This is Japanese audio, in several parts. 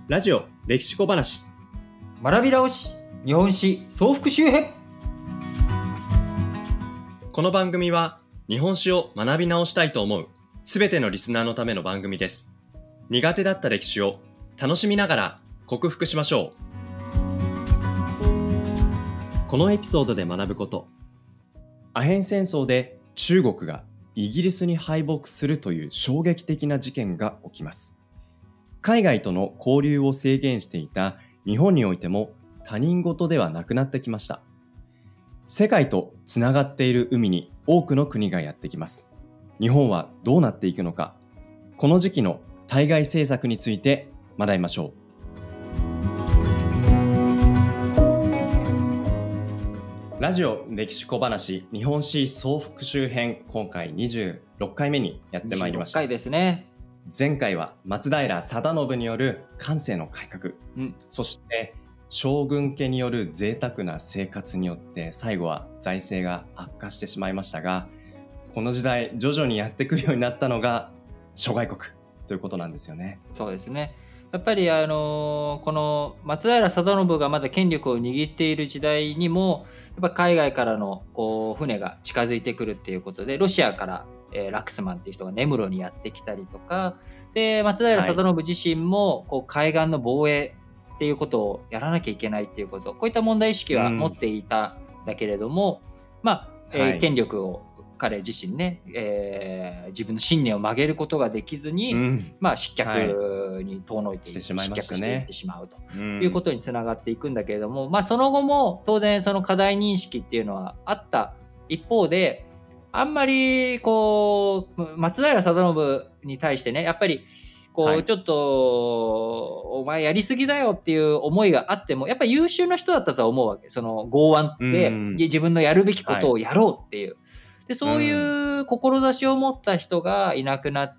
ラジオ歴史小話学び直し日本史総復習編。 この番組は日本史を学び直したいと思うすべてのリスナーのための番組です。苦手だった歴史を楽しみながら克服しましょう。このエピソードで学ぶこと、アヘン戦争で中国がイギリスに敗北するという衝撃的な事件が起きます。海外との交流を制限していた日本においても他人事ではなくなってきました。世界とつながっている海に多くの国がやってきます。日本はどうなっていくのか、この時期の対外政策について学びましょう。ラジオ歴史小話日本史総復習編、今回26回目にやってまいりました。 26回ですね。 前回は松平定信による官政の改革、そして将軍家による贅沢な生活によって最後は財政が悪化してしまいましたが、この時代徐々にやってくるようになったのが諸外国ということなんですよね。 そうですね。やっぱりこの松平定信がまだ権力を握っている時代にもやっぱ海外からの船が近づいてくるっていうことで、ロシアからラクスマンっていう人が根室にやってきたりとかで、松平定信自身も海岸の防衛っていうことをやらなきゃいけないっていうこと、こういった問題意識は持っていたんだけれども、権力を彼自身ね、自分の信念を曲げることができずに、失脚に遠のいて失脚していってしまうということにつながっていくんだけれども、その後も当然その課題認識っていうのはあった一方で、あんまり松平定信に対してね、やっぱりちょっとお前やりすぎだよっていう思いがあっても、やっぱり優秀な人だったとは思うわけ。その剛腕で自分のやるべきことをやろうっていう、でそういう志を持った人がいなくなって、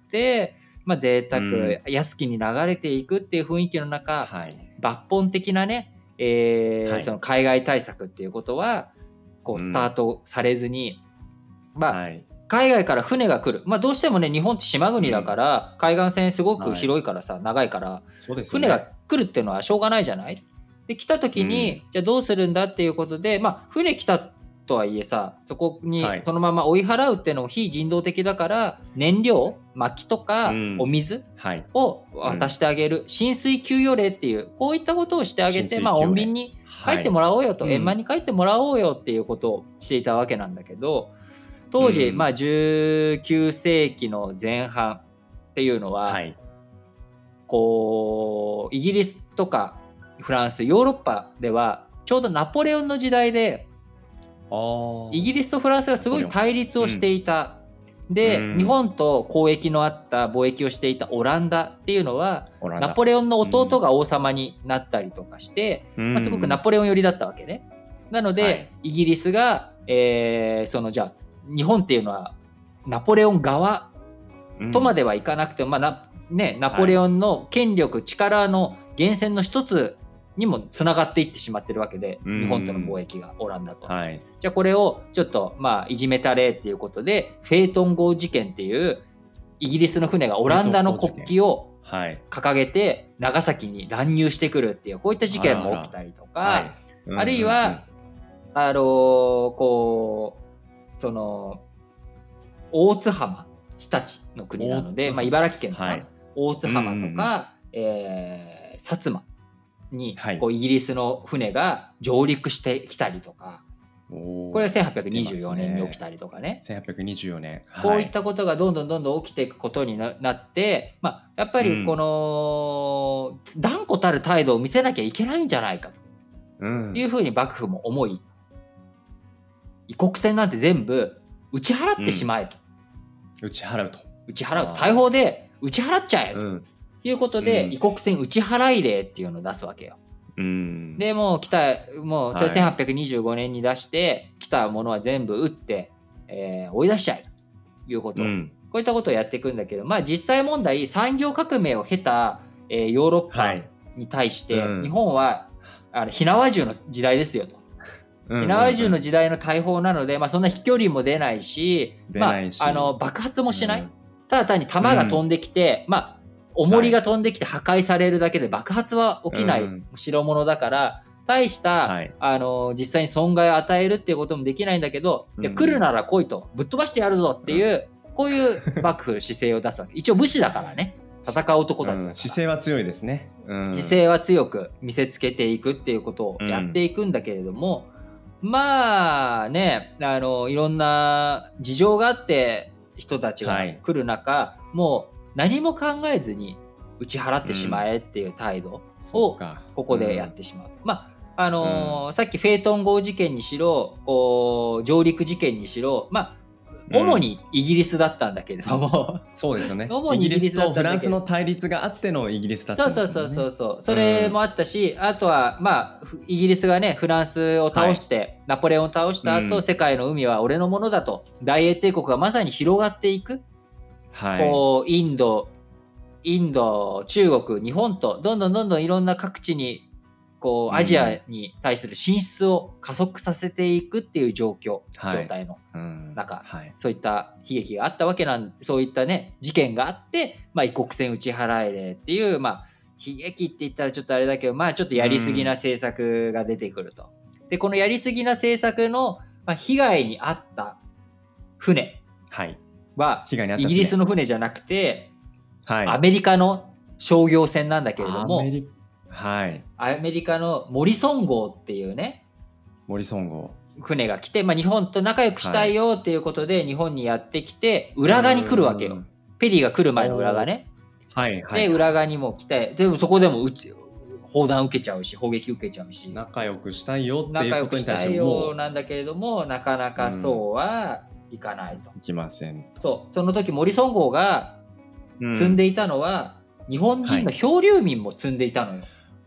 贅沢、安きに流れていくっていう雰囲気の中、抜本的なね、その海外対策っていうことはスタートされずに、海外から船が来る、どうしてもね、日本って島国だから、海岸線すごく広いからさ、長いから、船が来るっていうのはしょうがないじゃない。で来た時に、じゃあどうするんだっていうことで、船来たとはいえさ、そこにそのまま追い払うっていうのも非人道的だから、燃料、薪とかお水を渡してあげる、浸水給与令っていう、こういったことをしてあげて、穏便に帰ってもらおうよと、円満に帰ってもらおうよっていうことをしていたわけなんだけど、当時、19世紀の前半っていうのは、イギリスとかフランス、ヨーロッパではちょうどナポレオンの時代で、イギリスとフランスがすごい対立をしていた。で、日本と交易のあった貿易をしていたオランダっていうのは、ナポレオンの弟が王様になったりとかして、すごくナポレオン寄りだったわけね。なので、イギリスが、じゃあ日本っていうのはナポレオン側とまではいかなくても、ナポレオンの権力、力の源泉の一つにもつながっていってしまってるわけで、日本との貿易がオランダと、じゃあこれをちょっといじめたれっていうことで、フェートン号事件っていうイギリスの船がオランダの国旗を掲げて長崎に乱入してくるっていう、こういった事件も起きたりとか、あるいはその大津浜、日立の国なので、茨城県の大津浜とか、薩摩にイギリスの船が上陸してきたりとか、これは1824年に起きたりとかね。 1824年、 こういったことがどんどん起きていくことになって、やっぱりこの断固たる態度を見せなきゃいけないんじゃないかというふうに幕府も思い、異国船なんて全部打ち払ってしまえと、打ち払う、大砲で打ち払っちゃえということで、異国船打ち払い令っていうのを出すわけよ。でもうそれ1825年に出して来たものは全部撃って、追い出しちゃえということ、こういったことをやっていくんだけど、実際問題、産業革命を経た、ヨーロッパに対して、日本は火縄銃の時代ですよと。火縄銃の時代の大砲なので、そんな飛距離も出ないし、爆発もしない、ただ単に弾が飛んできて、 重りが飛んできて破壊されるだけで爆発は起きない代物だから、大した、 はい、 実際に損害を与えるっていうこともできないんだけど、いや来るなら来いと、ぶっ飛ばしてやるぞっていう、こういう幕府姿勢を出すわけ。一応武士だからね、戦う男たちだから、 姿勢は強いですね。 姿勢は強く見せつけていくっていうことをやっていくんだけれども、まあね、いろんな事情があって人たちが来る中、もう何も考えずに打ち払ってしまえっていう態度をここでやってしまう。まあさっきフェイトン号事件にしろ、上陸事件にしろ、まあ主にイギリスだったんだけれども、 そうですよね。イギリスとフランスの対立があってのイギリスだったんですよね。 そうそれもあったし、あとはまあイギリスがねフランスを倒して、ナポレオンを倒した後、世界の海は俺のものだと大英帝国がまさに広がっていく、こうインド、中国、日本とどんどんいろんな各地にこうアジアに対する進出を加速させていくっていう状態の中、そういった悲劇があったわけなんで、そういったね事件があって、まあ、異国船打ち払えれっていう、まあ、悲劇って言ったらちょっとあれだけど、まあちょっとやりすぎな政策が出てくると。でこのやりすぎな政策の、まあ、被害に遭った船は、イギリスの船じゃなくて、アメリカの商業船なんだけれども、アメリカのモリソン号っていうね、船が来て、まあ、日本と仲良くしたいよっていうことで日本にやってきて、浦賀に来るわけよ。ペリーが来る前の浦賀ね。で浦賀にも来て、でもそこでも砲弾受けちゃうし、砲撃受けちゃうし、 仲良くしたいよっていうことに対してもなんだけれども、なかなかそうはいかないと。 いきませんと。その時モリソン号が積んでいたのは、日本人の漂流民も積んでいたのよ。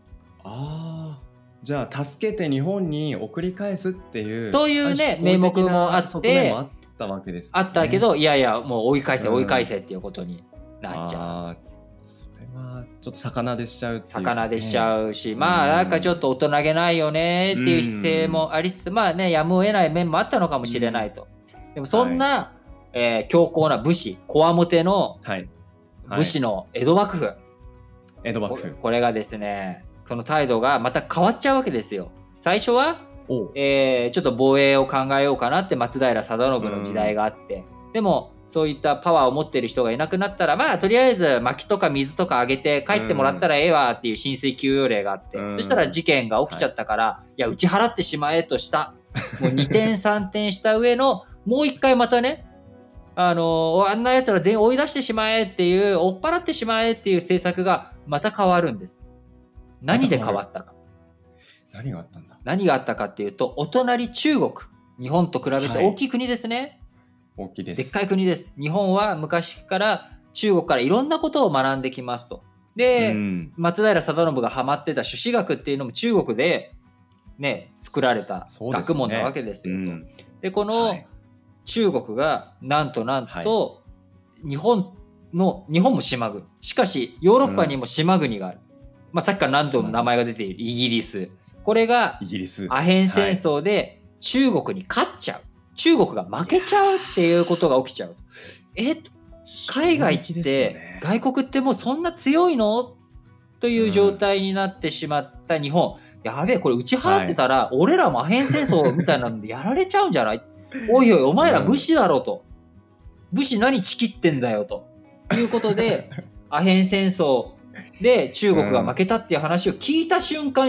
じゃあ助けて日本に送り返すっていう、 そういうね名目もあって、 あったわけですね。 あったけど、いやいやもう追い返せっていうことになっちゃう。 それはちょっと魚でしちゃうっていう、 魚でしちゃうし、まあなんかちょっと大人げないよねっていう姿勢もありつつ、まあねやむを得ない面もあったのかもしれないと。でもそんな、強硬な武士、こわもての武士の江戸幕府、これがですね、その態度がまた変わっちゃうわけですよ。最初は、ちょっと防衛を考えようかなって松平定信の時代があって、でもそういったパワーを持ってる人がいなくなったら、まあとりあえず薪とか水とかあげて帰ってもらったらええわっていう浸水給与令があって、そしたら事件が起きちゃったから、いや打ち払ってしまえとした、もう2点3点した上のもう一回またね、あんなやつら全員追い出してしまえっていう、追っ払ってしまえっていう政策がまた変わるんです。何で変わったか。 何があったんだ。 何があったかっていうと、お隣中国、日本と比べて大きい国ですね。 大きいです。 でっかい国です。日本は昔から中国からいろんなことを学んできますと。で、松平定信がハマってた朱子学っていうのも中国でね作られた学問なわけですよと。でこの中国がなんと日本も島国、しかしヨーロッパにも島国がある。まあ、さっきから何度も名前が出ているイギリス。これがアヘン戦争で中国に勝っちゃう。中国が負けちゃうっていうことが起きちゃう。海外って外国ってもうそんな強いのという状態になってしまった日本。やべえ、これ打ち払ってたら俺らもアヘン戦争みたいなのでやられちゃうんじゃない？おいおい、お前ら武士だろと。武士何チキってんだよということで、アヘン戦争で中国が負けたっていう話を聞いた瞬間、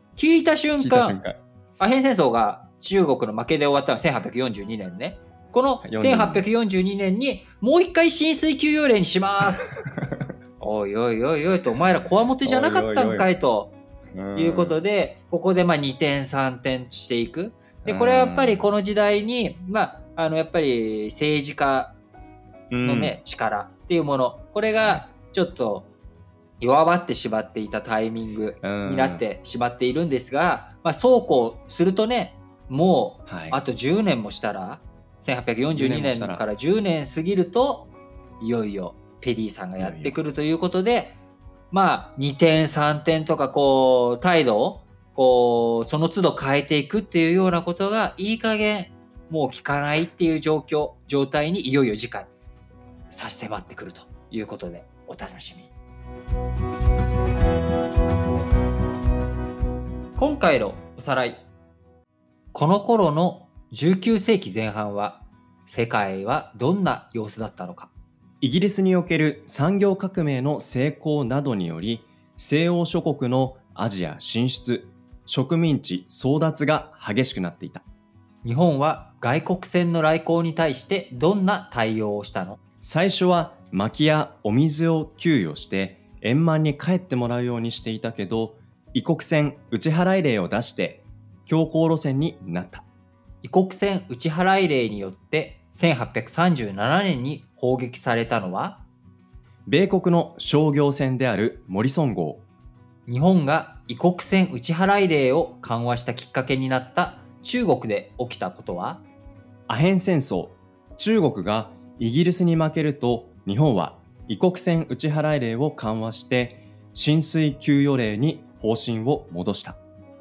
アヘン戦争が中国の負けで終わったのは1842年ね。この1842年にもう一回浸水給与令にしますおいおいおいおいと、お前らこわもてじゃなかったんかいということで、ここでまあ2点3点していく。でこれはやっぱりこの時代に、まあ、やっぱり政治家のね、力っていうもの、これがちょっと弱まってしまっていたタイミングになってしまっているんですが、まあ、そうこうするとね、もうあと10年もしたら、1842年から10年過ぎるといよいよペリーさんがやってくるということで、まあ2点3点とかこう態度をこうその都度変えていくっていうようなことがいい加減もう効かないっていう状態にいよいよ次回差し迫ってくるということで、お楽しみに。 今回のおさらい。この頃の19世紀前半は世界はどんな様子だったのか。 イギリスにおける産業革命の成功などにより、西欧諸国のアジア進出、植民地争奪が激しくなっていた。 日本は外国船の来航に対してどんな対応をしたの？ 最初は薪やお水を給与して円満に帰ってもらうようにしていたけど、異国船打払令を出して強硬路線になった。 異国船打払令によって1837年に砲撃されたのは、 米国の商業船であるモリソン号。 日本が異国船打払令を緩和したきっかけになった中国で起きたことは、 アヘン戦争。中国がイギリスに負けると、日本は異国船打払令を緩和して浸水給与令に方針を戻した。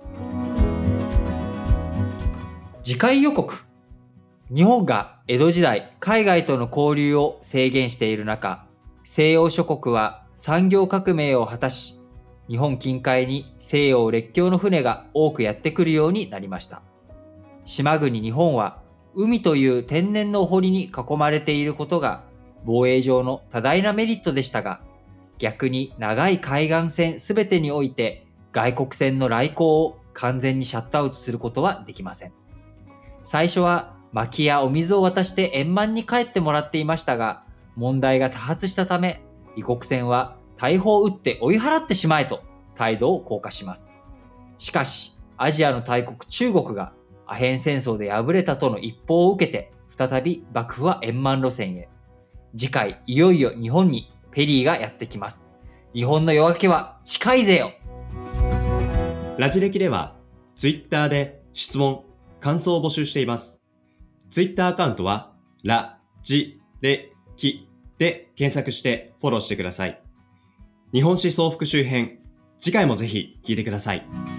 次回予告。日本が江戸時代海外との交流を制限している中、西洋諸国は産業革命を果たし、日本近海に西洋列強の船が多くやってくるようになりました。島国日本は海という天然のお堀に囲まれていることが防衛上の多大なメリットでしたが、逆に長い海岸線すべてにおいて外国船の来航を完全にシャットアウトすることはできません。最初は薪やお水を渡して円満に帰ってもらっていましたが、問題が多発したため、異国船は大砲を撃って追い払ってしまえと態度を硬化します。しかし、アジアの大国中国がアヘン戦争で敗れたとの一報を受けて、再び幕府は円満路線へ。次回、いよいよ日本にペリーがやってきます。日本の夜明けは近いぜよ。 ラジ歴では、ツイッターで質問、感想を募集しています。ツイッターアカウントは、ラジレキで検索してフォローしてください。日本史総復習編、次回もぜひ聞いてください。